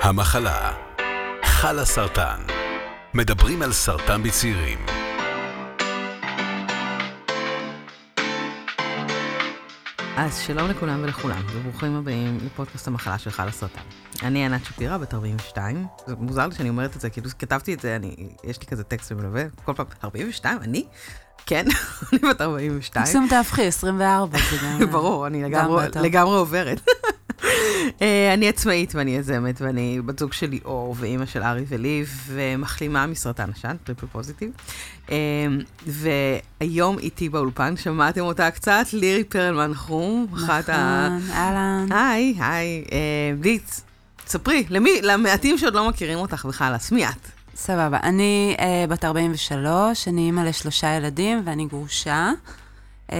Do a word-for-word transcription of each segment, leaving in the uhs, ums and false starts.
המחלה, חלה סרטן. מדברים על סרטן בצעירים. אז שלום לכולם ולכולם, וברוכים הבאים לפודקאסט המחלה של חלה סרטן. אני ענת שפירא, בת ארבעים ושתיים. זה מוזר לי שאני אומרת את זה, כאילו כתבתי את זה, אני, יש לי כזה טקסט שמלווה, כל פעם, ארבעים ושתיים? אני? כן, אני בת ארבעים ושתיים. מקסימום תהפכי, עשרים וארבע, זה גם... ברור, אני לגמרי, לגמרי עוברת. אני עצמאית ואני יזמת, ואני בת זוג שלי אור, ואימא של ארי וליב, ומחלימה מסרטן השד, טריפל פוזיטיב. והיום איתי באולפן, שמעתם אותה קצת, לירי פרלמן חום, אחת ה... נכון, אהלן. היי, היי. בליץ, ספרי, למי, למעטים שעוד לא מכירים אותך בכלל, אז מי את? סבבה, אני uh, בת ארבעים ושלוש, אני אימא לשלושה ילדים ואני גרושה. Uh,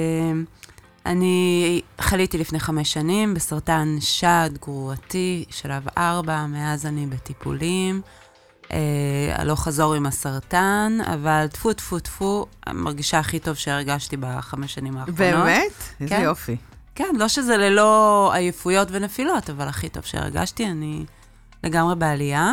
אני חליתי לפני חמש שנים בסרטן שד גרורתי, שלב ארבע, מאז אני בטיפולים. Uh, הלוך חזור עם הסרטן, אבל טפו טפו טפו, מרגישה הכי טוב שהרגשתי בחמש שנים האחרונות. באמת? איזה כן. יופי. כן, לא שזה ללא עייפויות ונפילות, אבל הכי טוב שהרגשתי, אני לגמרי בעלייה.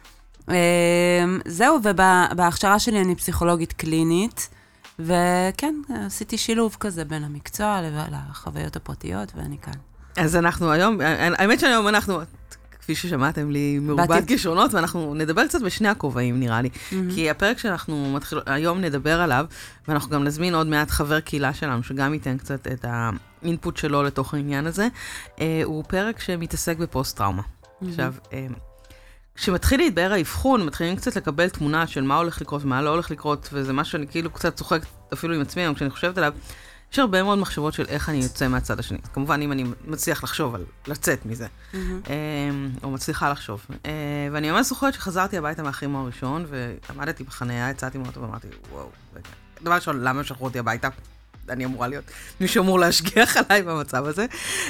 זהו, ובהכשרה שלי אני פסיכולוגית קלינית, וכן, עשיתי שילוב כזה בין המקצוע לחוויות הפרטיות, ואני כאן. אז אנחנו היום, האמת שהיום אנחנו, כפי ששמעתם לי, מרובת כישרונות, ואנחנו נדבר קצת בשני הכובעים, נראה לי. כי הפרק שאנחנו מתחיל, היום נדבר עליו, ואנחנו גם נזמין עוד מעט חבר קהילה שלנו, שגם ייתן קצת את האינפוט שלו לתוך העניין הזה, הוא פרק שמתעסק בפוסט-טראומה. עכשיו, כשמתחיל להתבהר האבחון, מתחילים קצת לקבל תמונה של מה הולך לקרות ומה לא הולך לקרות, וזה מה שאני כאילו קצת צוחק אפילו עם עצמי, כשאני חושבת עליו, יש הרבה מאוד מחשבות של איך אני יוצא מהצד השני. כמובן, אם אני מצליח לחשוב על לצאת מזה, או מצליחה לחשוב. ואני ממש זוכרת שחזרתי הביתה מהחימום הראשון, ועמדתי בחניה, יצאתי מאוטו ואמרתי, וואו, דבר ראשון, למה שלחו אותי הביתה? אני אמורה להיות, מישהו אמור להשגיח עליי במצב הזה.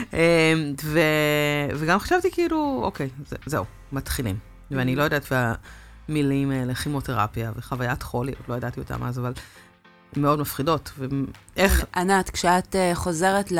וגם חשבתי כאילו, אוקיי, זהו, מתחילים. ואני לא יודעת, והמילים האלה, כימותרפיה וחוויית חולי, לא ידעתי אותם אז, אבל מאוד מפחידות. ואיך... ענת, כשאת חוזרת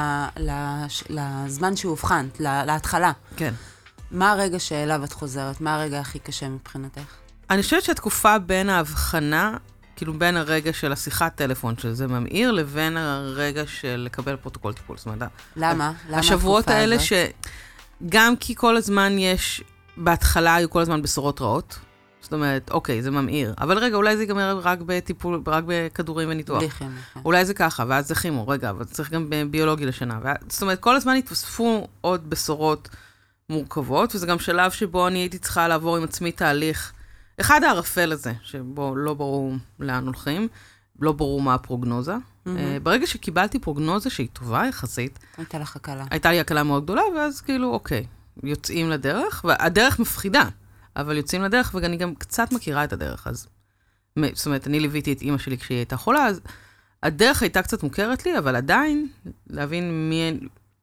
לזמן שהובחנת, להתחלה, כן. מה הרגע שאליו את חוזרת? מה הרגע הכי קשה מבחינתך? אני חושבת שהתקופה בין ההבחנה, כאילו בין הרגע של השיחת טלפון, שזה ממאיר, לבין הרגע של לקבל פרוטוקול טיפול. זאת אומרת, למה? למה השבועות התקופה האלה הזאת? שגם כי כל הזמן יש, בהתחלה היו כל הזמן בשורות רעות, זאת אומרת, אוקיי, זה ממאיר, אבל רגע, אולי זה ייגמר רק בטיפול, רק בכדורים וניתוח. בלי כימיה. אולי זה ככה, ואז זה כימו, רגע, אבל צריך גם ביולוגי לשנה. ואז, זאת אומרת, כל הזמן התווספו עוד בשורות מורכבות, וזה גם שלב שבו אני הייתי צריכה לעבור עם עצמי תהליך, אחד הערפל הזה, שבו לא ברור לאן הולכים, לא ברור מה הפרוגנוזה. Mm-hmm. ברגע שקיבלתי פרוגנוזה שהיא טובה יחסית, הייתה לך הקלה. הייתה לי הקלה מאוד גדולה, ואז כאילו, אוקיי, יוצאים לדרך, והדרך מפחידה, אבל יוצאים לדרך, ואני גם קצת מכירה את הדרך, אז, זאת אומרת, אני ליוויתי את אמא שלי כשהיא הייתה חולה, אז הדרך הייתה קצת מוכרת לי, אבל עדיין, להבין מי,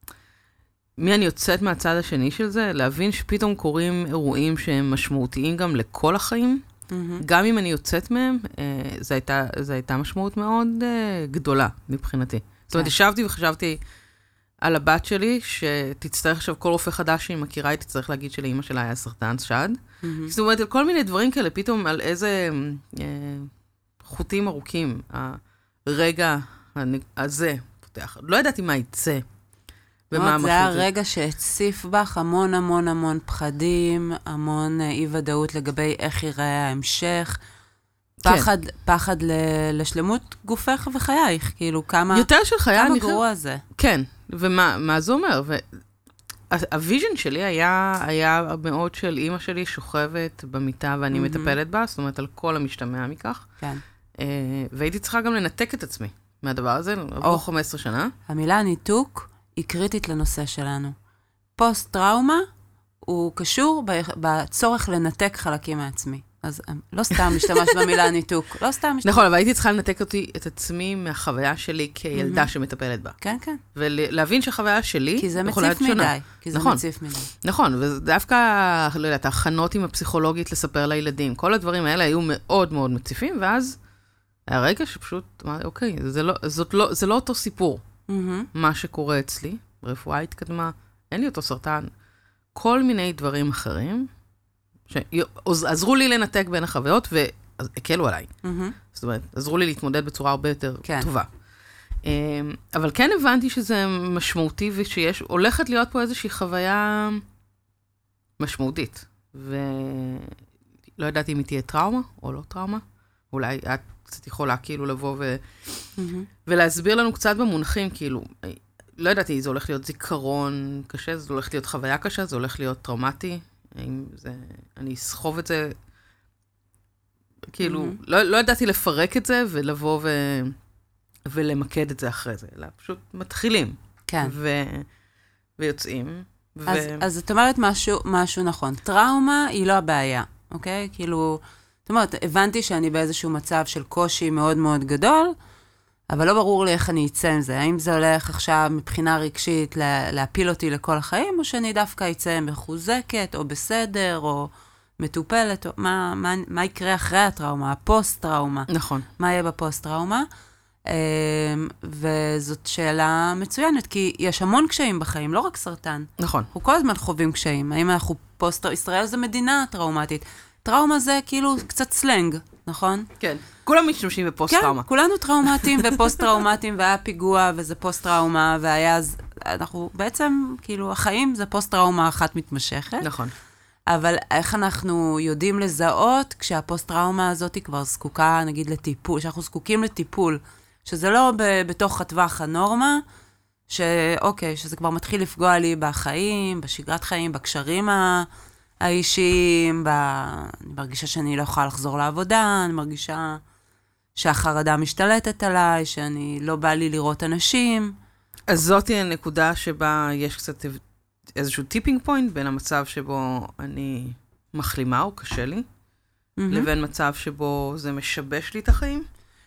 מי אני יוצאת מהצד השני של זה, להבין שפתאום קורים אירועים שהם משמעותיים גם לכל החיים, mm-hmm. גם אם אני יוצאת מהם, זו הייתה, זו הייתה משמעות מאוד גדולה מבחינתי. זאת אומרת, ישבתי וחשבתי על הבת שלי, שתצטרך עכשיו כל רופא חדש שהיא מכירה, היא תצטרך להגיד שלאמא שלה היה סרטן שד. Mm-hmm. זאת אומרת, על כל מיני דברים כאלה, פתאום על איזה אה, חוטים ארוכים, הרגע הזה פותח. לא ידעתי מה יצא. זה הרגע שהציף בך המון המון המון פחדים, המון אי ודאות לגבי איך ייראה ההמשך, פחד, פחד לשלמות גופך וחייך, כאילו כמה, יותר של חיי, כמה גרוע זה. כן, ומה מה זה אומר? והוויז'ן שלי היה, היה מאוד של אמא שלי שוכבת במיטה ואני mm-hmm. מטפלת בה, זאת אומרת על כל המשתמע מכך. כן. והייתי צריכה גם לנתק את עצמי מהדבר הזה, עבור חמש עשרה שנה. המילה ניתוק היא קריטית לנושא שלנו. פוסט-טראומה הוא קשור בצורך לנתק חלקים מעצמי. אז לא סתם משתמש במילה ניתוק, לא סתם משתמש. נכון, אבל הייתי צריכה לנתק אותי את עצמי מהחוויה שלי כילדה שמטפלת בה. כן, כן. ולהבין שהחוויה שלי כי זה מציף מדי. כי זה מציף מדי. נכון, ודווקא, לא יודעת, ההכנות עם הפסיכולוגית לספר לילדים, כל הדברים האלה היו מאוד מאוד מציפים, ואז הרגע שפשוט, אוקיי, זה לא אותו סיפור. מה שקורה אצלי, רפואה התקדמה, אין לי אותו סרטן, כל מיני דברים אחרים, שעזרו לי לנתק בין החוויות, והקלו עליי. זאת אומרת, עזרו לי להתמודד בצורה הרבה יותר טובה. אבל כן הבנתי שזה משמעותי, ושיש, הולכת להיות פה איזושהי חוויה משמעותית. ולא ידעתי אם היא תהיה טראומה או לא טראומה. אולי את קצת יכולה כאילו לבוא ו... ולהסביר לנו קצת במונחים, כאילו, לא ידעתי, זה הולך להיות זיכרון קשה, זה הולך להיות חוויה קשה, זה הולך להיות טראומטי. האם זה... אני אסחוב את זה... כאילו, לא, לא ידעתי לפרק את זה ולבוא ו... ולמקד את זה אחרי זה, אלא פשוט מתחילים. כן. ו... ויוצאים. ו... אז, אז את אומרת משהו, משהו נכון. טראומה היא לא הבעיה, אוקיי? כאילו, זאת אומרת, הבנתי שאני באיזשהו מצב של קושי מאוד מאוד גדול, אבל לא ברור לי איך אני אצא עם זה. האם זה הולך עכשיו מבחינה רגשית לה, להפיל אותי לכל החיים, או שאני דווקא אצא מחוזקת, או בסדר, או מטופלת, או מה, מה, מה יקרה אחרי הטראומה, הפוסט-טראומה. נכון. מה יהיה בפוסט-טראומה? וזאת שאלה מצוינת, כי יש המון קשיים בחיים, לא רק סרטן. נכון. אנחנו כל הזמן חווים קשיים. האם אנחנו פוסט... ישראל זה מדינה טראומטית. טראומה זה כאילו קצת סלנג, נכון? כן. כולם משתמשים בפוסט-טראומה. כן, כולנו טראומטיים ופוסט-טראומטיים, והיה פיגוע וזה פוסט-טראומה, והיה... אנחנו בעצם, כאילו, החיים זה פוסט-טראומה אחת מתמשכת. נכון. אבל איך אנחנו יודעים לזהות כשהפוסט-טראומה הזאת היא כבר זקוקה, נגיד, לטיפול, שאנחנו זקוקים לטיפול, שזה לא ב- בתוך הטווח הנורמה, שאוקיי, שזה כבר מתחיל לפגוע לי בחיים, בשגרת חיים, בקשרים האישיים, ב... אני מרגישה שאני לא יכולה לחזור לעבודה, אני מרגישה שהחרדה משתלטת עליי, שאני לא בא לי לראות אנשים. אז זאת היא הנקודה שבה יש קצת איזשהו טיפינג פוינט בין המצב שבו אני מחלימה או קשה לי, mm-hmm. לבין מצב שבו זה משבש לי את החיים.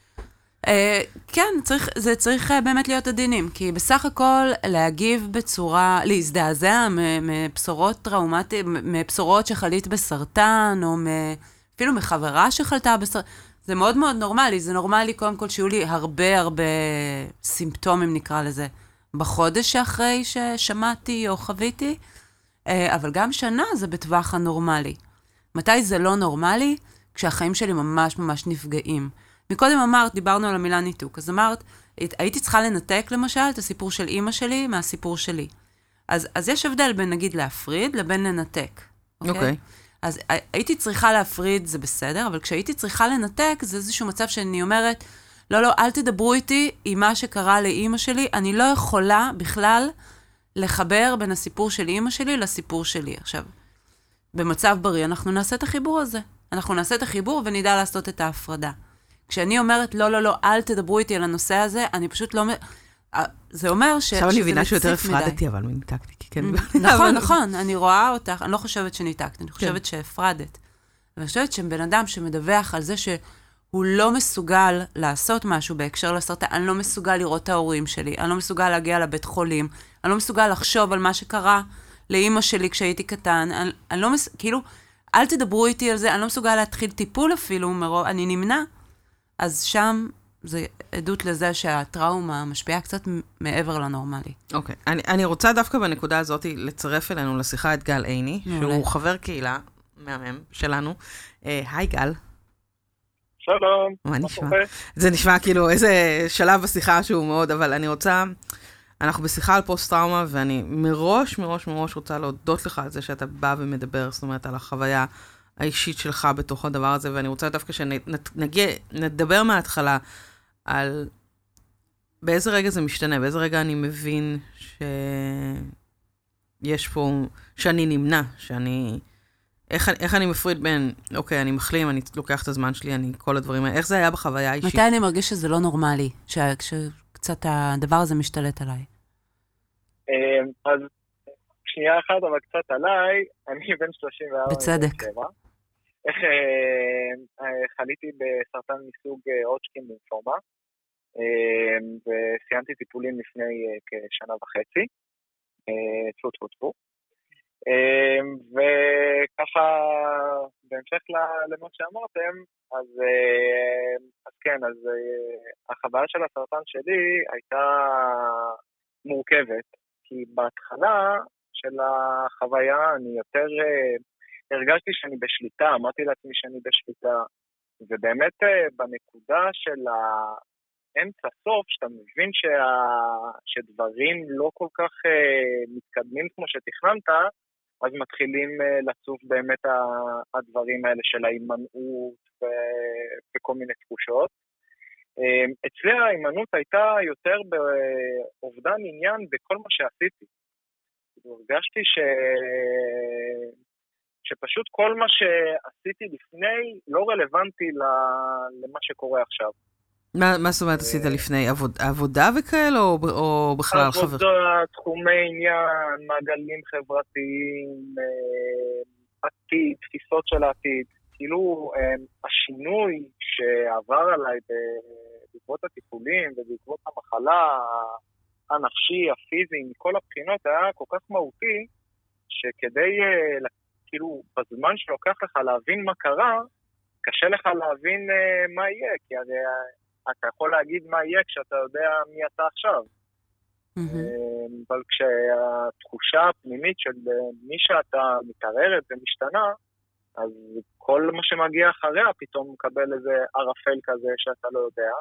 Uh, כן, צריך, זה צריך uh, באמת להיות עדינים, כי בסך הכל להגיב בצורה, להזדעזע מבשורות טראומטיות, מבשורות שחלית בסרטן, או אפילו מחברה שחלתה בסרטן, זה מאוד מאוד נורמלי, זה נורמלי קודם כל שיהיו לי הרבה הרבה סימפטומים נקרא לזה, בחודש שאחרי ששמעתי או חוויתי, uh, אבל גם שנה זה בטווח הנורמלי. מתי זה לא נורמלי? כשהחיים שלי ממש ממש נפגעים. מקודם אמרת, דיברנו על המילה ניתוק, אז אמרת, הייתי צריכה לנתק למשל את הסיפור של אימא שלי מהסיפור שלי. אז, אז יש הבדל בין נגיד להפריד לבין לנתק. אוקיי? Okay? Okay. אז הייתי צריכה להפריד, זה בסדר, אבל כשהייתי צריכה לנתק, זה איזשהו מצב שאני אומרת, לא, לא, אל תדברו איתי עם מה שקרה לאימא שלי, אני לא יכולה בכלל לחבר בין הסיפור של אימא שלי לסיפור שלי. עכשיו, במצב בריא אנחנו נעשה את החיבור הזה. אנחנו נעשה את החיבור ונדע לעשות את ההפרדה. כשאני אומרת, לא, לא, לא, אל תדברו איתי על הנושא הזה, אני פשוט לא... זה אומר ש... עכשיו אני מבינה שיותר הפרדתי, אבל ניתקתי, כי כן... נכון, נכון, אני רואה אותך, אני לא חושבת שניתקת, אני חושבת שהפרדת. ואני חושבת שבן אדם שמדווח על זה שהוא לא מסוגל לעשות משהו בהקשר לסרטן, אני לא מסוגל לראות את ההורים שלי, אני לא מסוגל להגיע לבית חולים, אני לא מסוגל לחשוב על מה שקרה לאמא שלי כשהייתי קטן, אני, אני לא מס... כאילו, אל תדברו איתי על זה, אני לא מסוגל להתחיל טיפול אפילו, מרוב, אני נמנע. אז שם זה עדות לזה שהטראומה משפיעה קצת מעבר לנורמלי. אוקיי. אני, אני רוצה דווקא בנקודה הזאת לצרף אלינו לשיחה את גל עיני, שהוא חבר קהילה מהמם שלנו. היי גל. שלום. מה נשמע? זה נשמע כאילו איזה שלב בשיחה שהוא מאוד, אבל אני רוצה, אנחנו בשיחה על פוסט-טראומה, ואני מראש, מראש, מראש רוצה להודות לך על זה שאתה בא ומדבר, זאת אומרת, על החוויה האישית שלך בתוך הדבר הזה, ואני רוצה דווקא שנגיע, נדבר מההתחלה על באיזה רגע זה משתנה, באיזה רגע אני מבין שיש פה, שאני נמנע, שאני, איך, איך אני מפריד בין, אוקיי, אני מחלים, אני לוקח את הזמן שלי, אני כל הדברים האלה, איך זה היה בחוויה האישית? מתי אני מרגיש שזה לא נורמלי, שקצת הדבר הזה משתלט עליי? אז שנייה אחת, אבל קצת עליי, אני בן שלושים וארבע. בצדק. איך חליתי בסרטן מסוג הודג'קין לימפומה, וסיימתי טיפולים לפני כשנה וחצי, טפו טפו טפו. וככה, בהמשך למה שאמרתם, אז, אז כן, אז החוויה של הסרטן שלי הייתה מורכבת, כי בהתחלה, של החוויה, אני יותר הרגשתי שאני בשליטה, אמרתי לעצמי שאני בשליטה, ובאמת בנקודה של האמצע סוף, שאתה מבין שה... שדברים לא כל כך מתקדמים כמו שתכננת, אז מתחילים לצוף באמת הדברים האלה של ההימנעות ו... וכל מיני תחושות. אצלי ההימנעות הייתה יותר באובדן עניין בכל מה שעשיתי. הרגשתי ש... שפשוט כל מה שעשיתי לפני לא רלוונטי למה שקורה עכשיו. מה, מה זאת אומרת עשית לפני? עבוד, עבודה וכאלה או, או בכלל חבר? עבודה, תחומי עניין, מעגלים חברתיים, עתיד, תפיסות של העתיד. כאילו השינוי שעבר עליי בעקבות הטיפולים ובעקבות המחלה הנפשי, הפיזי, מכל הבחינות היה כל כך מהותי, שכדי, כאילו, בזמן שלוקח לך להבין מה קרה, קשה לך להבין מה יהיה, כי הרי אתה יכול להגיד מה יהיה כשאתה יודע מי אתה עכשיו. אבל כשהתחושה הפנימית של מי שאתה מתערערת ומשתנה, אז כל מה שמגיע אחריה פתאום מקבל איזה ערפל כזה שאתה לא יודע,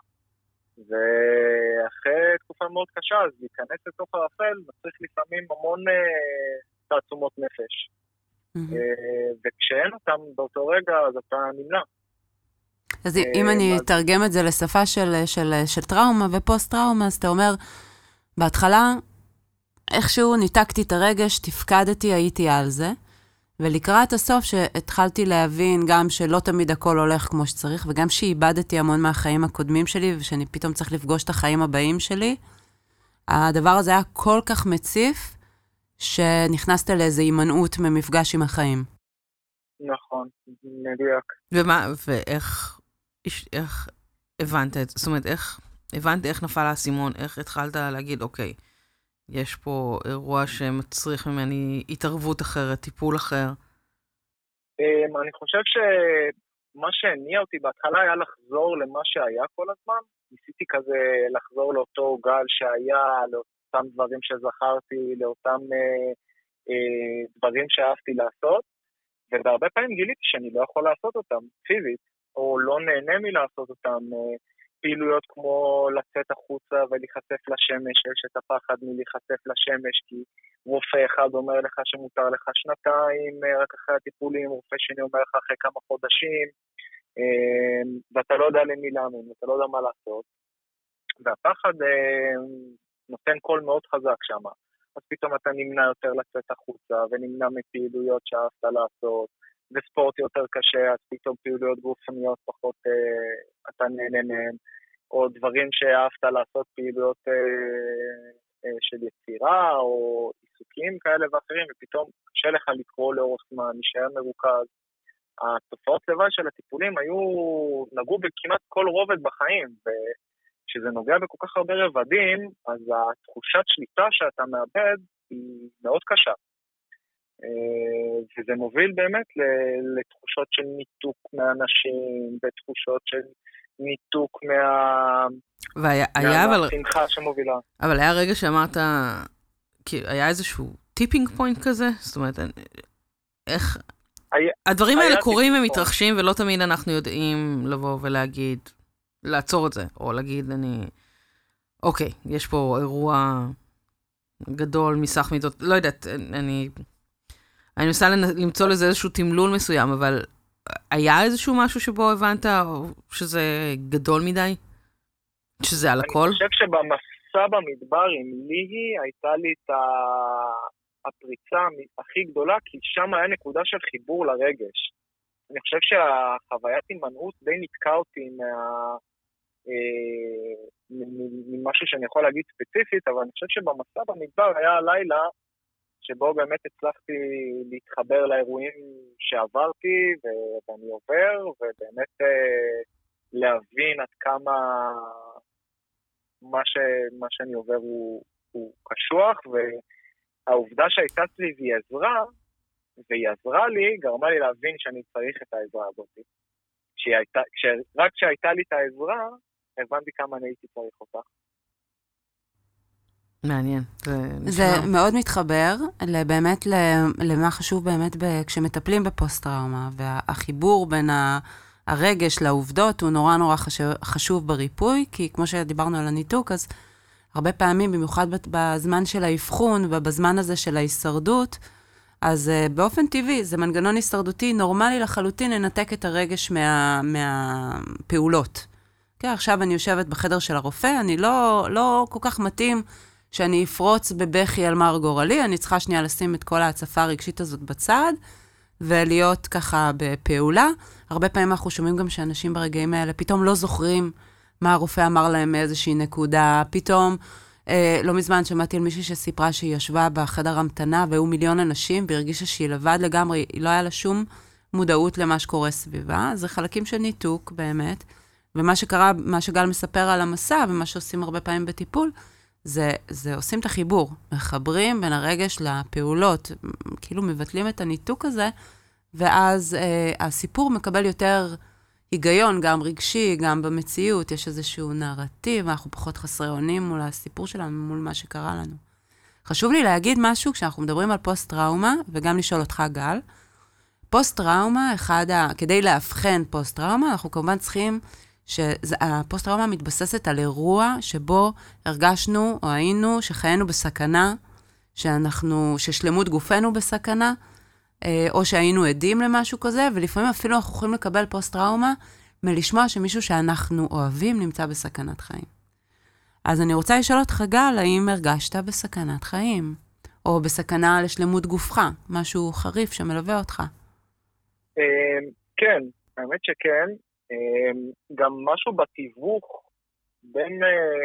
ואחרי תקופה מאוד קשה, אז להיכנס לתוך ערפל, וצריך לפעמים המון אה, תעצומות נפש. Mm-hmm. אה, וכשאין אותם באותו רגע, אז אתה נמנע. אז אה, אם אני אז... אתרגם את זה לשפה של, של, של טראומה ופוסט-טראומה, אז אתה אומר, בהתחלה, איכשהו ניתקתי את הרגש, תפקדתי, הייתי על זה, ולקראת הסוף שהתחלתי להבין גם שלא תמיד הכל הולך כמו שצריך, וגם שאיבדתי המון מהחיים הקודמים שלי, ושאני פתאום צריך לפגוש את החיים הבאים שלי, הדבר הזה היה כל כך מציף, שנכנסת לאיזו הימנעות ממפגש עם החיים. נכון, מדויק. ומה, ואיך, איך הבנת את זה? זאת אומרת, איך, הבנת איך נפל האסימון, איך התחלת להגיד, אוקיי, יש פה אירוע שמצריך ממני התערבות אחרת, טיפול אחר. אני חושב שמה שהניע אותי בהתחלה היה לחזור למה שהיה כל הזמן. ניסיתי כזה לחזור לאותו גל שהיה, לאותם דברים שזכרתי, לאותם אה, אה, דברים שאהבתי לעשות, ובהרבה פעמים גיליתי שאני לא יכול לעשות אותם פיזית, או לא נהנה מלעשות אותם אה, פעילויות כמו לצאת החוצה ולהיחשף לשמש, יש את הפחד מלהיחשף לשמש, כי רופא אחד אומר לך שמותר לך שנתיים, רק אחרי הטיפולים, רופא שני אומר לך אחרי כמה חודשים, ואתה לא יודע למי להאמין, ואתה לא יודע מה לעשות, והפחד נותן קול מאוד חזק שם, אז פתאום אתה נמנע יותר לצאת החוצה, ונמנע מפעילויות שאהבת לעשות, וספורט יותר קשה, אז פתאום פעילויות גופניות פחות אה, אתה נהנה מהם, או דברים שאהבת לעשות פעילויות אה, אה, של יצירה, או עיסוקים כאלה ואחרים, ופתאום קשה לך לקרוא לאורך זמן, נשאר מרוכז. התופעות לוואי של הטיפולים היו, נגעו בכמעט כל רובד בחיים, וכשזה נוגע בכל כך הרבה רבדים, אז התחושת שליטה שאתה מאבד היא מאוד קשה. וזה מוביל באמת לתחושות של ניתוק מהאנשים, ותחושות של ניתוק מהשמחה שמובילה. אבל היה רגע שאמרת, היה איזשהו טיפינג פוינט כזה? זאת אומרת, איך... הדברים האלה קורים ומתרחשים, ולא תמיד אנחנו יודעים לבוא ולהגיד, לעצור את זה, או להגיד, אני... אוקיי, יש פה אירוע גדול מסך מידות, לא יודעת, אני... אני מנסה למצוא לזה איזשהו תמלול מסוים, אבל היה איזשהו משהו שבו הבנת שזה גדול מדי? שזה על הכל? אני חושב שבמסע במדבר עם ליהי הייתה לי את הפריצה הכי גדולה, כי שם היה נקודה של חיבור לרגש. אני חושב שהחוויית הימנעות די נתקע אותי ממשהו שאני יכול להגיד ספציפית, אבל אני חושב שבמסע במדבר היה הלילה, שבו באמת הצלחתי להתחבר לאירועים שעברתי ואני עובר, ובאמת להבין עד כמה מה, ש, מה שאני עובר הוא, הוא קשוח, והעובדה שהייתה סביבי עזרה, והיא עזרה לי, גרמה לי להבין שאני צריך את העזרה הזאת. כשהייתה, כש, רק כשהייתה לי את העזרה, הבנתי כמה אני הייתי צריך אותה. מעניין. זה מאוד מתחבר, באמת למה חשוב באמת כשמטפלים בפוסט-טראומה, והחיבור בין הרגש לעובדות הוא נורא נורא חשוב בריפוי, כי כמו שדיברנו על הניתוק, אז הרבה פעמים, במיוחד בזמן של האבחון, ובזמן הזה של ההישרדות, אז באופן טבעי, זה מנגנון הישרדותי נורמלי לחלוטין לנתק את הרגש מה, מהפעולות. כן, עכשיו אני יושבת בחדר של הרופא, אני לא, לא כל כך מתאים שאני אפרוץ בבכי על מר גורלי, אני צריכה שנייה לשים את כל ההצפה הרגשית הזאת בצד, ולהיות ככה בפעולה. הרבה פעמים אנחנו שומעים גם שאנשים ברגעים האלה פתאום לא זוכרים מה הרופא אמר להם מאיזושהי נקודה, פתאום, אה, לא מזמן שמעתי על מישהי שסיפרה שהיא ישבה בחדר המתנה, והיו מיליון אנשים, והרגישה שהיא לבד לגמרי, היא לא היה לה שום מודעות למה שקורה סביבה, זה חלקים של ניתוק באמת, ומה שקרה, מה שגל מספר על המסע, ומה שעושים הרבה פעמים בטיפול, זה, זה עושים את החיבור, מחברים בין הרגש לפעולות, כאילו מבטלים את הניתוק הזה, ואז אה, הסיפור מקבל יותר היגיון, גם רגשי, גם במציאות, יש איזשהו נרטיב, אנחנו פחות חסרי אונים מול הסיפור שלנו, מול מה שקרה לנו. חשוב לי להגיד משהו, כשאנחנו מדברים על פוסט-טראומה, וגם לשאול אותך, גל, פוסט-טראומה, אחד ה... כדי להבחן פוסט-טראומה, אנחנו כמובן צריכים שהפוסט-טראומה מתבססת על אירוע שבו הרגשנו או היינו שחיינו בסכנה, שאנחנו, ששלמות גופנו בסכנה, או שהיינו עדים למשהו כזה, ולפעמים אפילו אנחנו יכולים לקבל פוסט-טראומה מלשמוע שמישהו שאנחנו אוהבים נמצא בסכנת חיים. אז אני רוצה לשאול אותך, גל, האם הרגשת בסכנת חיים? או בסכנה לשלמות גופך, משהו חריף שמלווה אותך? כן, האמת שכן. גם משהו בתיווך בין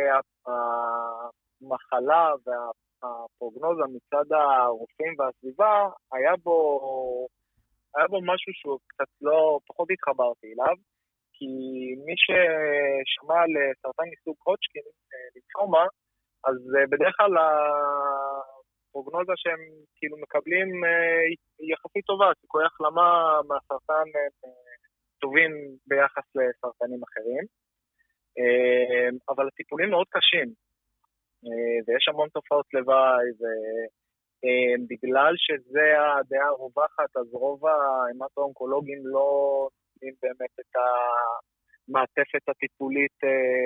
המחלה והפרוגנוזה מצד הרופאים והסביבה, היה בו, היה בו משהו שהוא קצת לא, פחות התחברתי אליו, כי מי ששמע על סרטן מסוג הודג'קין, לימפומה, אז בדרך כלל הפרוגנוזה שהם כאילו מקבלים יחסית טובה, סיכויי החלמה מהסרטן טובים ביחס לסרטנים אחרים, אבל הטיפולים מאוד קשים, ויש המון תופעות לוואי, ובגלל שזה הדעה הרווחת, אז רוב ההמטו-אונקולוגים לא נותנים באמת את המעטפת הטיפולית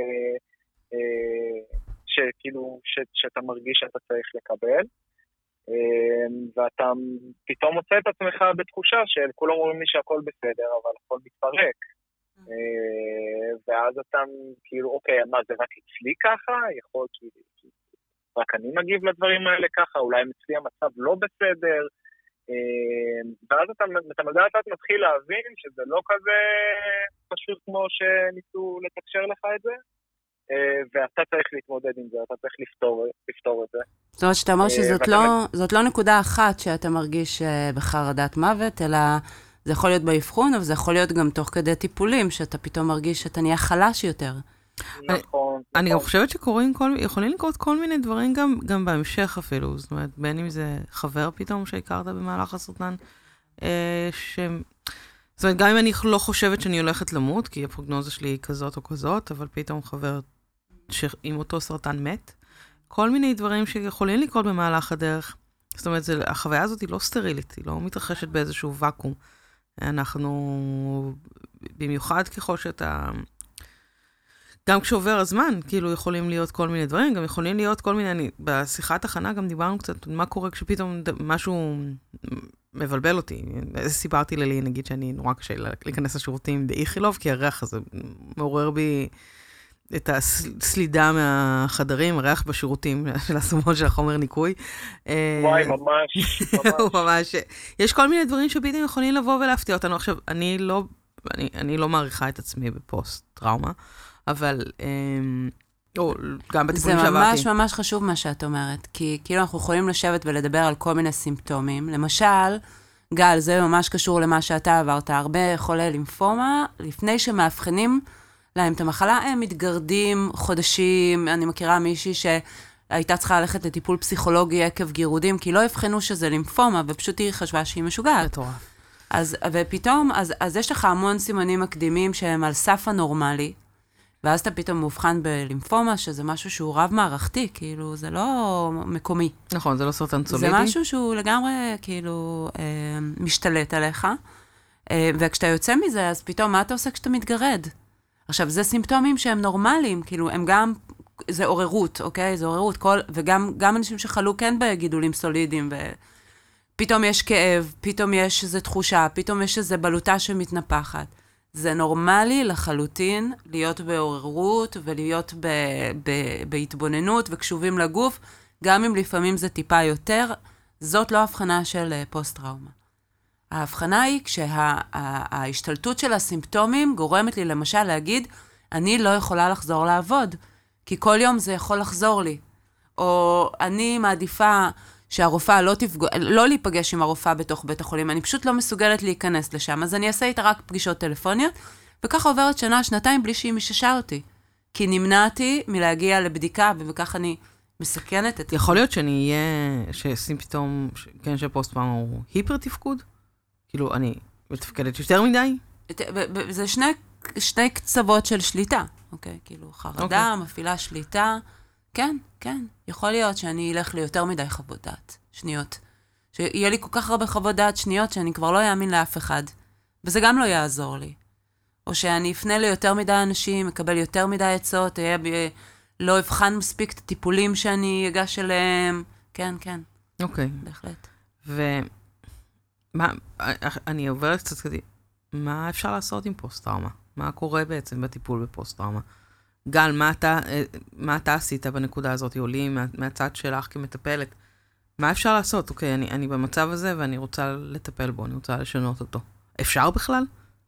שכאילו, שאתה מרגיש שאתה צריך לקבל, ואתה פתאום מוצא את עצמך בתחושה של כולם אומרים לי שהכל בסדר, אבל הכל מתפרק. ואז אתה כאילו, אוקיי, מה, זה רק אצלי ככה? יכול כאילו, רק אני מגיב לדברים האלה ככה, אולי אצלי המצב לא בסדר, ואז אתה, אתה מגע אתה מתחיל להבין שזה לא כזה פשוט כמו שניסו לתקשר לך את זה, ואתה צריך להתמודד עם זה, אתה צריך לפתור, לפתור את זה. זאת אומרת שאתה אומר שזאת לא, זאת לא נקודה אחת שאתה מרגיש בחרדת מוות, אלא זה יכול להיות באבחון, אבל זה יכול להיות גם תוך כדי טיפולים, שאתה פתאום מרגיש שאתה נהיה חלש יותר. נכון. אני גם חושבת שקוראים כל, יכולים לקרות כל מיני דברים גם, גם בהמשך אפילו, זאת אומרת, בין אם זה חבר פתאום שהכרת במהלך הסרטן, ש... זאת אומרת, גם אם אני לא חושבת שאני הולכת למות, כי הפרוגנוזה שלי היא כזאת או כזאת, אבל פתאום חבר שעם אותו סרטן מת, כל מיני דברים שיכולים לקרות במהלך הדרך. זאת אומרת, זה, החוויה הזאת היא לא סטרילית, היא לא מתרחשת באיזשהו וקום. אנחנו, במיוחד ככל שאתה, גם כשעובר הזמן, כאילו יכולים להיות כל מיני דברים, גם יכולים להיות כל מיני, אני, בשיחת הכנה גם דיברנו קצת, מה קורה כשפתאום משהו מבלבל אותי. סיפרתי ללי, נגיד שאני נורא קשה להיכנס לשירותים באיכילוב, כי הריח הזה מעורר בי את הסלידה מהחדרים, הריח בשירותים של הסומות של החומר ניקוי. וואי, ממש, ממש. ממש. יש כל מיני דברים שפתאום יכולים לבוא ולהפתיע אותנו. עכשיו, אני לא, אני, אני לא מעריכה את עצמי בפוסט-טראומה, אבל או, גם בטיפולים שעברתי. זה ממש ממש חשוב מה שאת אומרת, כי כאילו אנחנו יכולים לשבת ולדבר על כל מיני סימפטומים. למשל, גל, זה ממש קשור למה שאתה עברת. הרבה חולי לימפומה, לפני שמאבחנים להם את המחלה, הם מתגרדים חודשים. אני מכירה מישהי שהייתה צריכה ללכת לטיפול פסיכולוגי עקב גירודים, כי לא הבחנו שזה לימפומה, ופשוט היא חשבה שהיא משוגעת. מטורף. אז, ופתאום, אז, אז יש לך המון סימנים מקדימים שהם על סף הנורמלי, ואז אתה פתאום מאובחן בלימפומה, שזה משהו שהוא רב-מערכתי, כאילו, זה לא מקומי. נכון, זה לא סרטן צולידי. זה משהו שהוא לגמרי, כאילו, אה, משתלט עליך, אה, וכשאתה יוצא מזה, אז פתאום, מה אתה עושה כשאתה מתגרד? עכשיו, זה סימפטומים שהם נורמליים, כאילו, הם גם, זה עוררות, אוקיי? זה עוררות, כל, וגם גם אנשים שחלו כן בגידולים סולידיים, ופתאום יש כאב, פתאום יש איזו תחושה, פתאום יש איזו בלוטה שמתנפחת. זה נורמלי לחלוטין להיות בעוררות ולהיות ב, ב, בהתבוננות וקשובים לגוף, גם אם לפעמים זה טיפה יותר, זאת לא הבחנה של פוסט-טראומה. ההבחנה היא כשההשתלטות של הסימפטומים גורמת לי למשל להגיד, אני לא יכולה לחזור לעבוד, כי כל יום זה יכול לחזור לי. או אני מעדיפה שהרופאה לא תפגוע, לא להיפגש עם הרופאה בתוך בית החולים, אני פשוט לא מסוגלת להיכנס לשם, אז אני אעשה איתה רק פגישות טלפוניות, וככה עוברת שנה, שנתיים, בלי שהיא מששה אותי. כי נמנעתי מלהגיע לבדיקה, ובכך אני מסכנת את... יכול להיות שאני אהיה, שסימפטום, כן, של פוסט-טראומה הוא היפר תפקוד? כאילו, אני מתפקדת יותר מדי? זה שני, שני קצוות של שליטה, אוקיי? כאילו, חרדה, מפעילה שליטה, כן, כן. יכול להיות שאני אלך ליותר מדי חוות דעת, שניות. שיהיה לי כל כך הרבה חוות דעת שניות, שאני כבר לא יאמין לאף אחד. וזה גם לא יעזור לי. או שאני אפנה ליותר מדי אנשים, אקבל יותר מדי עצות, אהיה ב... לא אבחן מספיק את הטיפולים שאני אגש אליהם. כן, כן. אוקיי. בהחלט. ומה, אני עוברת קצת כדי, מה אפשר לעשות עם פוסט-טראומה? מה קורה בעצם בטיפול בפוסט-טראומה? גל, מה אתה, מה אתה עשית בנקודה הזאת, עולי, מה, מהצד שלך כמטפלת? מה אפשר לעשות? אוקיי, אני, אני במצב הזה ואני רוצה לטפל בו, אני רוצה לשנות אותו. אפשר בכלל?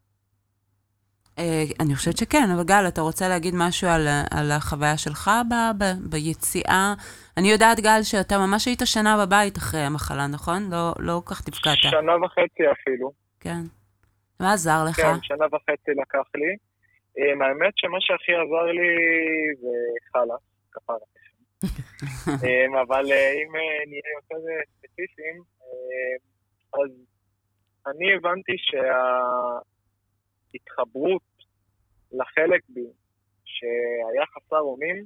אני חושבת שכן, אבל גל, אתה רוצה להגיד משהו על, על החוויה שלך ב, ב, ביציאה? אני יודעת, גל, שאתה ממש היית שנה בבית אחרי המחלה, נכון? לא, לא כך תפקדת. שנה וחצי אפילו. כן. מה עזר לך? כן, שנה וחצי לקח לי. האמת שמה שהכי עזר לי זה חלה, כפרה. אבל אם נהיה יותר ספציפיים, אז אני הבנתי שההתחברות לחלק בי שהיה חסר אונים,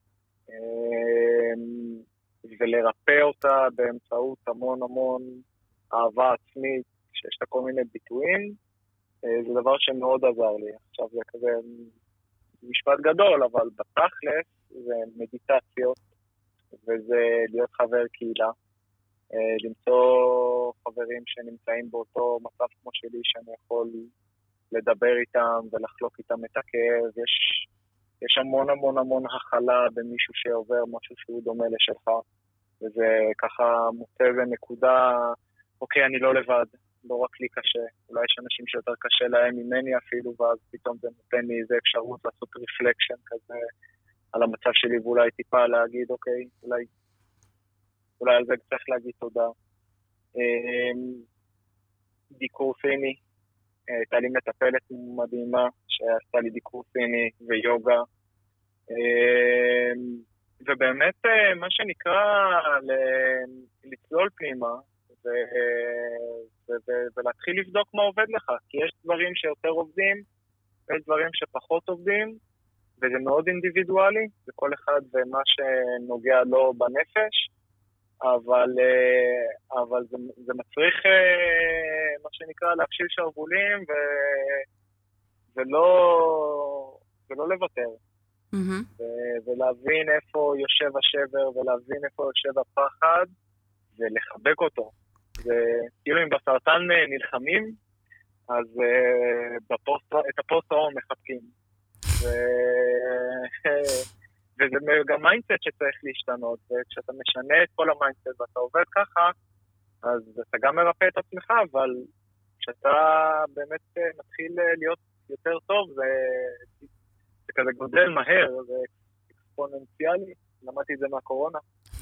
ולרפא אותה באמצעות המון המון אהבה עצמית, שיש לה כל מיני ביטויים, זה דבר שמאוד עזר לי. עכשיו זה כזה משפט גדול, אבל בתכלס זה מדיטציות, וזה להיות חבר קהילה, למצוא חברים שנמצאים באותו מצב כמו שלי, שאני יכול לדבר איתם ולחלוק איתם את הכאב. יש, יש המון המון המון הכלה במישהו שעובר משהו שהוא דומה לשלך, וזה ככה מוצא בנקודה, אוקיי, אני לא לבד. לא רק לי קשה, אולי יש אנשים שיותר קשה להם ממני אפילו, ואז פתאום זה נותן לי איזו אפשרות לעשות רפלקשן כזה על המצב שלי, ואולי טיפה להגיד, אוקיי, אולי, אולי על זה צריך להגיד תודה. דיקור סיני, הייתה לי מטפלת מדהימה, שעשתה לי דיקור סיני ויוגה, ובאמת מה שנקרא לצלול פנימה, ו- ו- ו- ולהתחיל לבדוק מה עובד לך, כי יש דברים שיותר עובדים, יש דברים שפחות עובדים, וזה מאוד אינדיבידואלי, וכל אחד ומה שנוגע לו בנפש, אבל, אבל זה, זה מצריך מה שנקרא להקשיב שרוולים ו- ולא, ולא לוותר. Mm-hmm. ו- ולהבין איפה יושב השבר, ולהבין איפה יושב הפחד, ולחבק אותו. כאילו אם בסרטן נלחמים, אז את הפוסט-טראומה מחבקים. וזה גם מיינדסט שצריך להשתנות, וכשאתה משנה את כל המיינדסט ואתה עובד ככה, אז אתה גם מרפא את עצמך, אבל כשאתה באמת מתחיל להיות יותר טוב, זה, זה כזה גודל מהר, זה אקספוננציאלי, למדתי את זה מהקורונה.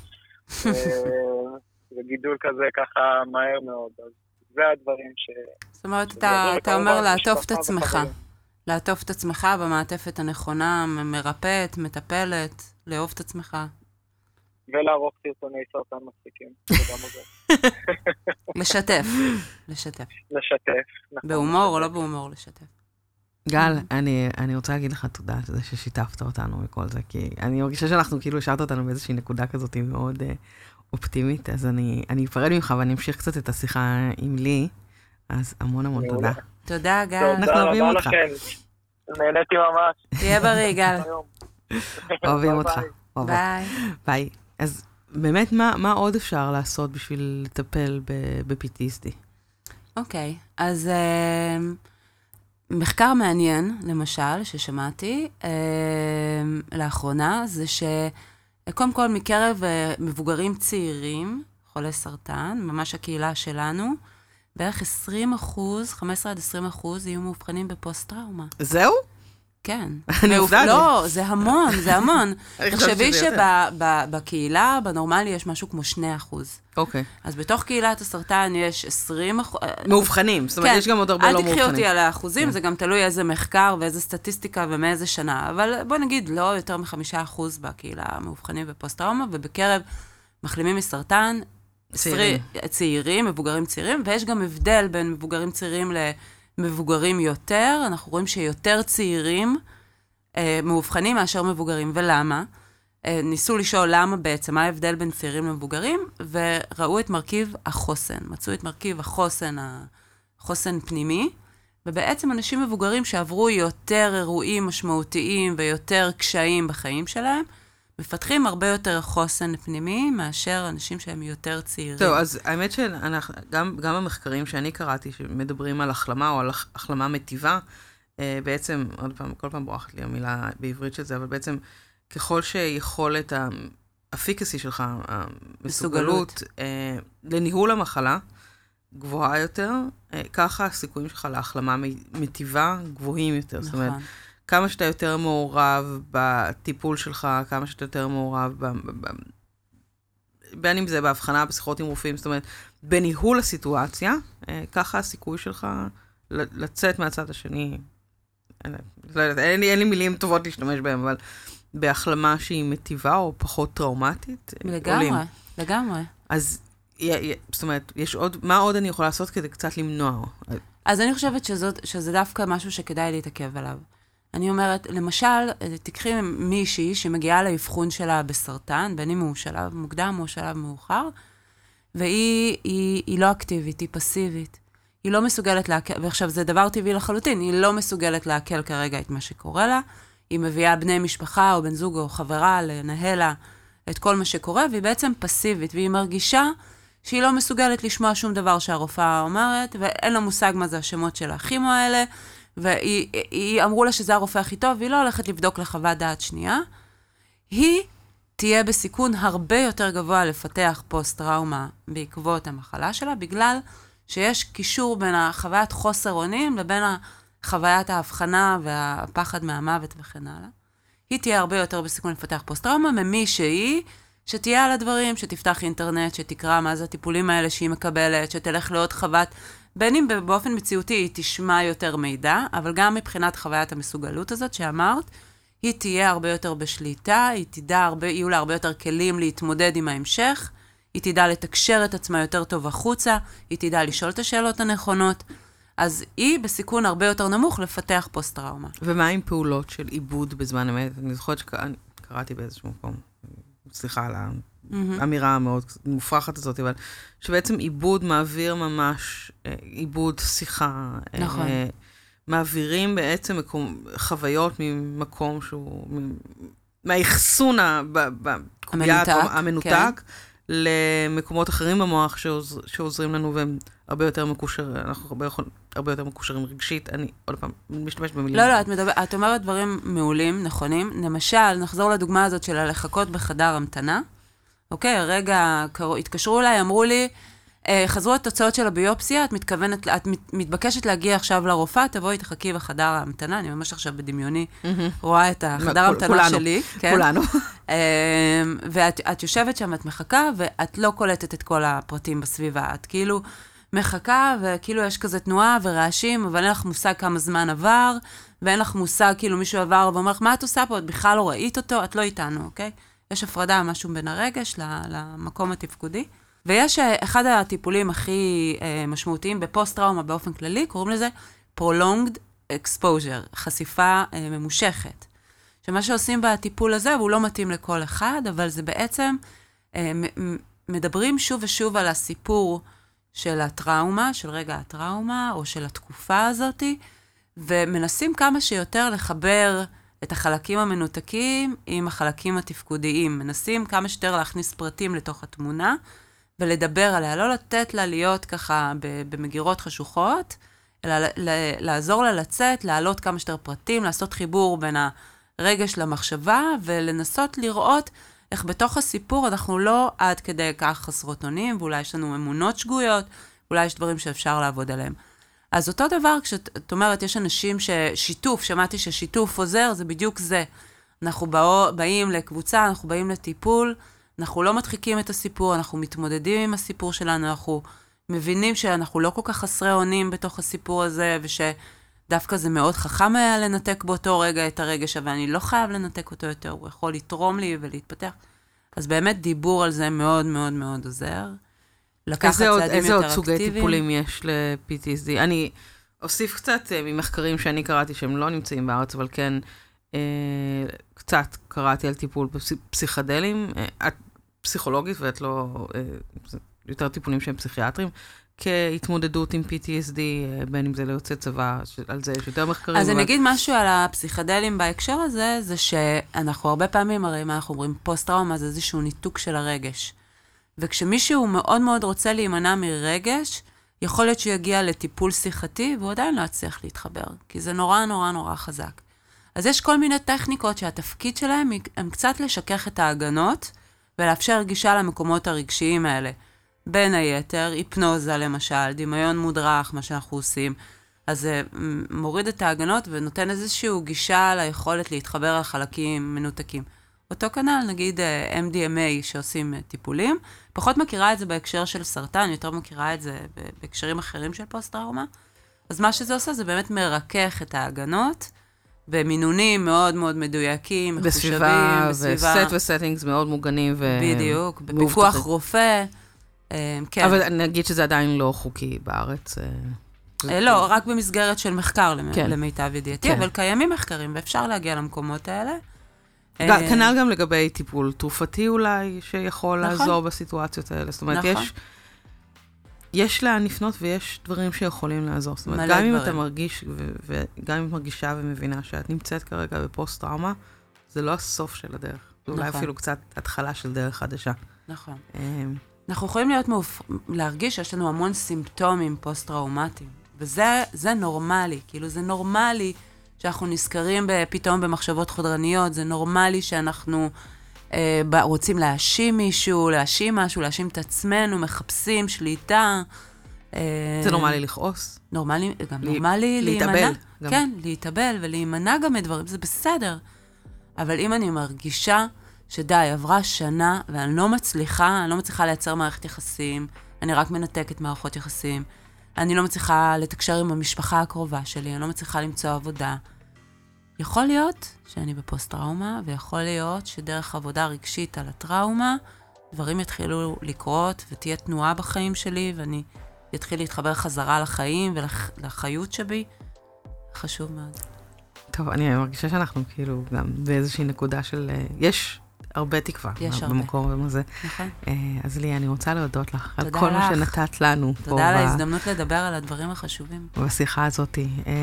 זה גידול כזה ככה מהר מאוד, אז זה הדברים ש... זאת אומרת, אתה אומר לעטוף את עצמך, לעטוף את עצמך במעטפת הנכונה, מרפאת, מטפלת, לאהוב את עצמך. ולערוך סרטוני סרטן מצחיקים, זה גם עוזר. לשתף, לשתף. לשתף. בהומור או לא בהומור, לשתף. גל, אני, אני רוצה להגיד לך תודה על זה ששיתפת אותנו וכל זה, כי אני מרגישה שאנחנו כאילו השארת אותנו באיזושהי נקודה כזאת מאוד אה, אופטימית, אז אני, אני אפרד ממך ואני אמשיך קצת את השיחה עם לי, אז המון המון תודה. תודה, גל. תודה רבה לכם. נהניתי ממש. תהיה בריא, גל. אוהבים אותך. ביי. ביי. אז באמת, מה, מה עוד אפשר לעשות בשביל לטפל ב-פי טי אס די? אוקיי, אז uh, מחקר מעניין, למשל, ששמעתי uh, לאחרונה, זה שקודם כל מקרב uh, מבוגרים צעירים, חולי סרטן, ממש הקהילה שלנו, בערך עשרים אחוז, חמש עשרה עד עשרים אחוז, יהיו מאובחנים בפוסט-טראומה. זהו? כן. אני מופתעת. לא, זה המון, זה המון. תחשבי שבקהילה, בנורמלי, יש משהו כמו שני אחוז. אוקיי. אז בתוך קהילת הסרטן יש עשרים אחוז... מאובחנים, זאת אומרת, יש גם עוד הרבה לא מאובחנים. אל תקחי אותי על האחוזים, זה גם תלוי איזה מחקר ואיזה סטטיסטיקה ומאיזה שנה, אבל בוא נגיד, לא יותר מחמישה אחוז בקהילה מאובחנים בפוסט-טראומה, ובקרב מחלימים מסרטן, צעירים, מבוגרים צעירים, ויש גם הבדל בין מבוגרים צעירים למבוגרים יותר, אנחנו רואים שיותר צעירים אה, מאובחנים מאשר מבוגרים, ולמה? אה, ניסו לשאול למה בעצם, מה ההבדל בין צעירים למבוגרים, וראו את מרכיב החוסן, מצאו את מרכיב החוסן, החוסן פנימי, ובעצם אנשים מבוגרים שעברו יותר אירועים משמעותיים ויותר קשיים בחיים שלהם, מפתחים הרבה יותר חוסן פנימי מאשר אנשים שהם יותר צעירים. טוב, אז האמת שגם גם המחקרים שאני קראתי, שמדברים על החלמה או על החלמה מטיבה, בעצם, עוד פעם, כל פעם בורחת לי המילה בעברית של זה, אבל בעצם ככל שיכולת האפיקסי שלך, המסוגלות, לניהול המחלה גבוהה יותר, ככה הסיכויים שלך להחלמה מטיבה גבוהים יותר. נכון. זאת אומרת, כמה שאתה יותר מעורב בטיפול שלך, כמה שאתה יותר מעורב, ב, ב, ב, בין אם זה בהבחנה, בשיחות עם רופאים, זאת אומרת, בניהול הסיטואציה, ככה הסיכוי שלך לצאת מהצד השני, לא יודעת, אין לי, אין לי מילים טובות להשתמש בהם, אבל בהחלמה שהיא מטיבה או פחות טראומטית, לגמרי, עולים. לגמרי. אז, זאת אומרת, יש עוד, מה עוד אני יכולה לעשות כדי קצת למנוע? אז אני חושבת שזאת, שזה דווקא משהו שכדאי להתעכב עליו. אני אומרת, למשל, תקחי מישהי שמגיעה לאבחון שלה בסרטן, בין אם הוא שלב מוקדם או שלב מאוחר, והיא היא, היא לא אקטיבית, היא פסיבית. היא לא מסוגלת להקל, ועכשיו זה דבר טבעי לחלוטין, היא לא מסוגלת להקל כרגע את מה שקורה לה, היא מביאה בני משפחה או בן זוג או חברה לנהל לה את כל מה שקורה, והיא בעצם פסיבית, והיא מרגישה שהיא לא מסוגלת לשמוע שום דבר שהרופאה אומרת, ואין לה מושג מה זה השמות של הכימו האלה, והיא אמרו לה שזה הרופא הכי טוב, והיא לא הולכת לבדוק לחוות דעת שנייה. היא תהיה בסיכון הרבה יותר גבוה לפתח פוסט-טראומה בעקבות המחלה שלה, בגלל שיש קישור בין החוויית חוסר אונים לבין חוויית ההבחנה והפחד מהמוות וכן הלאה. היא תהיה הרבה יותר בסיכון לפתח פוסט-טראומה ממי שהיא, שתהיה על הדברים, שתפתח אינטרנט, שתקרא מה זה הטיפולים האלה שהיא מקבלת, שתלך לעוד חוות, בין אם באופן מציאותי היא תשמע יותר מידע, אבל גם מבחינת חוויית המסוגלות הזאת שאמרת, היא תהיה הרבה יותר בשליטה, היא תדע הרבה, יהיו לה הרבה יותר כלים להתמודד עם ההמשך, היא תדע לתקשר את עצמה יותר טוב החוצה, היא תדע לשאול את השאלות הנכונות, אז היא בסיכון הרבה יותר נמוך לפתח פוסט-טראומה. ומה עם פעולות של עיבוד בזמן אמת? אני זוכרת שקראתי באיזשהו מקום, סליחה על האמירה המאוד מופרכת הזאת, אבל שבעצם עיבוד מעביר ממש, עיבוד שיחה, נכון. מעבירים בעצם מקום, חוויות ממקום שהוא, מהאחסון המנותק, המנותק כן. למקומות אחרים במוח שעוז, שעוזרים לנו, והם הרבה יותר מקושר, אנחנו הרבה, הרבה יותר מקושרים רגשית. אני עוד פעם משתמש במילים. לא, לא, את, מדבר, את אומרת דברים מעולים, נכונים. למשל, נחזור לדוגמה הזאת של הלחכות בחדר המתנה. אוקיי, הרגע התקשרו אליי, אמרו לי, חזרו את תוצאות של הביופסיה, את מתכוונת, את מתבקשת להגיע עכשיו לרופאה, תבואי, תחכי בחדר ההמתנה, אני ממש עכשיו בדמיוני, רואה את החדר ההמתנה שלי. כולנו. ואת יושבת שם, את מחכה, ואת לא קולטת את כל הפרטים בסביבה, את כאילו מחכה, וכאילו יש כזה תנועה ורעשים, אבל אין לך מושג כמה זמן עבר, ואין לך מושג, כאילו מישהו עבר ואומר לך, מה את עושה פה? את בכלל לא ראית אותו, את לא איתנו, אוקיי? יש הפרדה, משהו בין הרגש למקום התפקודי. ויש אחד הטיפולים הכי משמעותיים בפוסט-טראומה באופן כללי, קוראים לזה prolonged exposure, חשיפה אה, ממושכת. שמה שעושים בטיפול הזה, הוא לא מתאים לכל אחד, אבל זה בעצם, אה, מ- מדברים שוב ושוב על הסיפור של הטראומה, של רגע הטראומה, או של התקופה הזאת, ומנסים כמה שיותר לחבר את החלקים המנותקים עם החלקים התפקודיים. מנסים כמה שיותר להכניס פרטים לתוך התמונה, ולדבר עליה, לא לתת לה להיות ככה במגירות חשוכות, אלא לעזור לה לצאת, להעלות כמה שיותר פרטים, לעשות חיבור בין הרגש למחשבה, ולנסות לראות איך בתוך הסיפור אנחנו לא עד כדי כך חסרות אונים, ואולי יש לנו אמונות שגויות, אולי יש דברים שאפשר לעבוד עליהם. אז אותו דבר, כשאת אומרת, יש אנשים ששיתוף, שמעתי ששיתוף עוזר, זה בדיוק זה. אנחנו באים לקבוצה, אנחנו באים לטיפול, אנחנו לא מדחיקים את הסיפור, אנחנו מתמודדים עם הסיפור שלנו, אנחנו מבינים שאנחנו לא כל כך חסרי אונים בתוך הסיפור הזה, ושדווקא זה מאוד חכם היה לנתק באותו רגע את הרגש, אבל אני לא חייב לנתק אותו יותר, הוא יכול לתרום לי ולהתפתח. אז באמת דיבור על זה מאוד מאוד מאוד עוזר. לקחת צעדים יותר אקטיביים. איזה עוד סוגי טיפולים יש ל-פי טי אס די? אני אוסיף קצת ממחקרים שאני קראתי, שהם לא נמצאים בארץ, אבל כן, אה, קצת קראתי על טיפול בפסיכדלים, אה, את פסיכולוגית ואת לא, אה, יותר טיפולים שהם פסיכיאטרים, כהתמודדות עם פי טי אס די, בין אם זה ליוצא צבא, על זה יש יותר מחקרים. אז אבל... אני אגיד משהו על הפסיכדלים בהקשר הזה, זה שאנחנו הרבה פעמים, הרי מה אנחנו אומרים, פוסט-טראומה זה איזשהו ניתוק של הרגש. וכשמישהו מאוד מאוד רוצה להימנע מרגש, יכול להיות שהוא יגיע לטיפול שיחתי, והוא עדיין לא יצליח להתחבר, כי זה נורא נורא נורא חזק. אז יש כל מיני טכניקות שהתפקיד שלהם הם קצת לשכך את ההגנות, ולאפשר גישה למקומות הרגשיים האלה. בין היתר, היפנוזה למשל, דמיון מודרך, מה שאנחנו עושים. אז זה מוריד את ההגנות ונותן איזשהו גישה ליכולת להתחבר על חלקים מנותקים. אותו כנל, נגיד אם די אם איי שעושים טיפולים, פחות מכירה את זה בהקשר של סרטן, יותר מכירה את זה בהקשרים אחרים של פוסט-טראומה. אז מה שזה עושה זה באמת מרכך את ההגנות, במינונים מאוד מאוד מדויקים, מחושבים, בסביבה. בסביבה, וסט וסטינגס מאוד מוגנים ו... בדיוק, בפיקוח רופא. כן. אבל נגיד שזה עדיין לא חוקי בארץ. לא, רק במסגרת של מחקר למיטב ידיעתי, אבל קיימים מחקרים, ואפשר להגיע למקומות האלה. כנ"ל גם לגבי טיפול תרופתי אולי, שיכול לעזור בסיטואציות האלה. זאת אומרת, יש... יש לאן לפנות ויש דברים שיכולים לעזור. זאת אומרת, גם אם אתה מרגיש, וגם אם את מרגישה ומבינה שאת נמצאת כרגע בפוסט-טראומה, זה לא הסוף של הדרך. זה אולי אפילו קצת התחלה של דרך חדשה. נכון. אנחנו יכולים להיות להרגיש שיש לנו המון סימפטומים פוסט-טראומטיים, וזה זה נורמלי. כאילו, זה נורמלי שאנחנו נזכרים פתאום במחשבות חודרניות, זה נורמלי שאנחנו רוצים להאשים מישהו, להאשים משהו, להאשים את עצמנו, מחפשים שליטה. זה נורמלי לכעוס. נורמלי, גם נורמלי להימנע. כן, להתאבל ולהימנע גם מדברים, זה בסדר. אבל אם אני מרגישה שדי, עברה שנה ואני לא מצליחה, אני לא מצליחה לייצר מערכת יחסים, אני רק מנתקת מערכות יחסים, אני לא מצליחה לתקשר עם המשפחה הקרובה שלי, אני לא מצליחה למצוא עבודה, יכול להיות שאני בפוסט-טראומה, ויכול להיות שדרך עבודה רגשית על הטראומה, דברים יתחילו לקרות, ותהיה תנועה בחיים שלי, ואני יתחיל להתחבר חזרה לחיים ולחיות שבי. חשוב מאוד. טוב, אני מרגישה שאנחנו כאילו גם באיזושהי נקודה של... יש הרבה תקווה במקום הזה. נכון. אז לי, אני רוצה להודות לך על כל מה שנתת לנו. תודה על ההזדמנות לדבר על הדברים החשובים. בשיחה הזאת.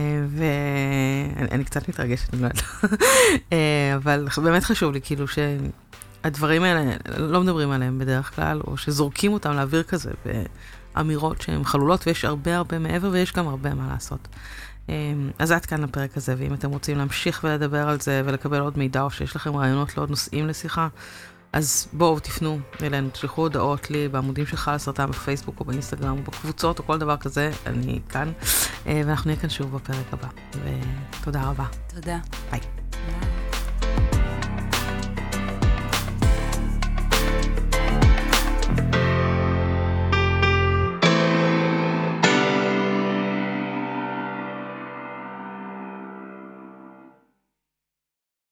ואני קצת מתרגשת, אבל באמת חשוב לי, כאילו שהדברים האלה, לא מדברים עליהם בדרך כלל, או שזורקים אותם לאוויר כזה, באמירות שהן חלולות, ויש הרבה הרבה מעבר, ויש גם הרבה מה לעשות. אז עד כאן לפרק הזה, ואם אתם רוצים להמשיך ולדבר על זה, ולקבל עוד מידע, או שיש לכם רעיונות לעוד נושאים לשיחה, אז בואו תפנו אלינו, תשלחו הודעות לי בעמודים של חל הסרטן בפייסבוק, או באינסטגרם, או בקבוצות, או כל דבר כזה, אני כאן, ואנחנו נהיה כאן שוב בפרק הבא. ותודה רבה. תודה. ביי.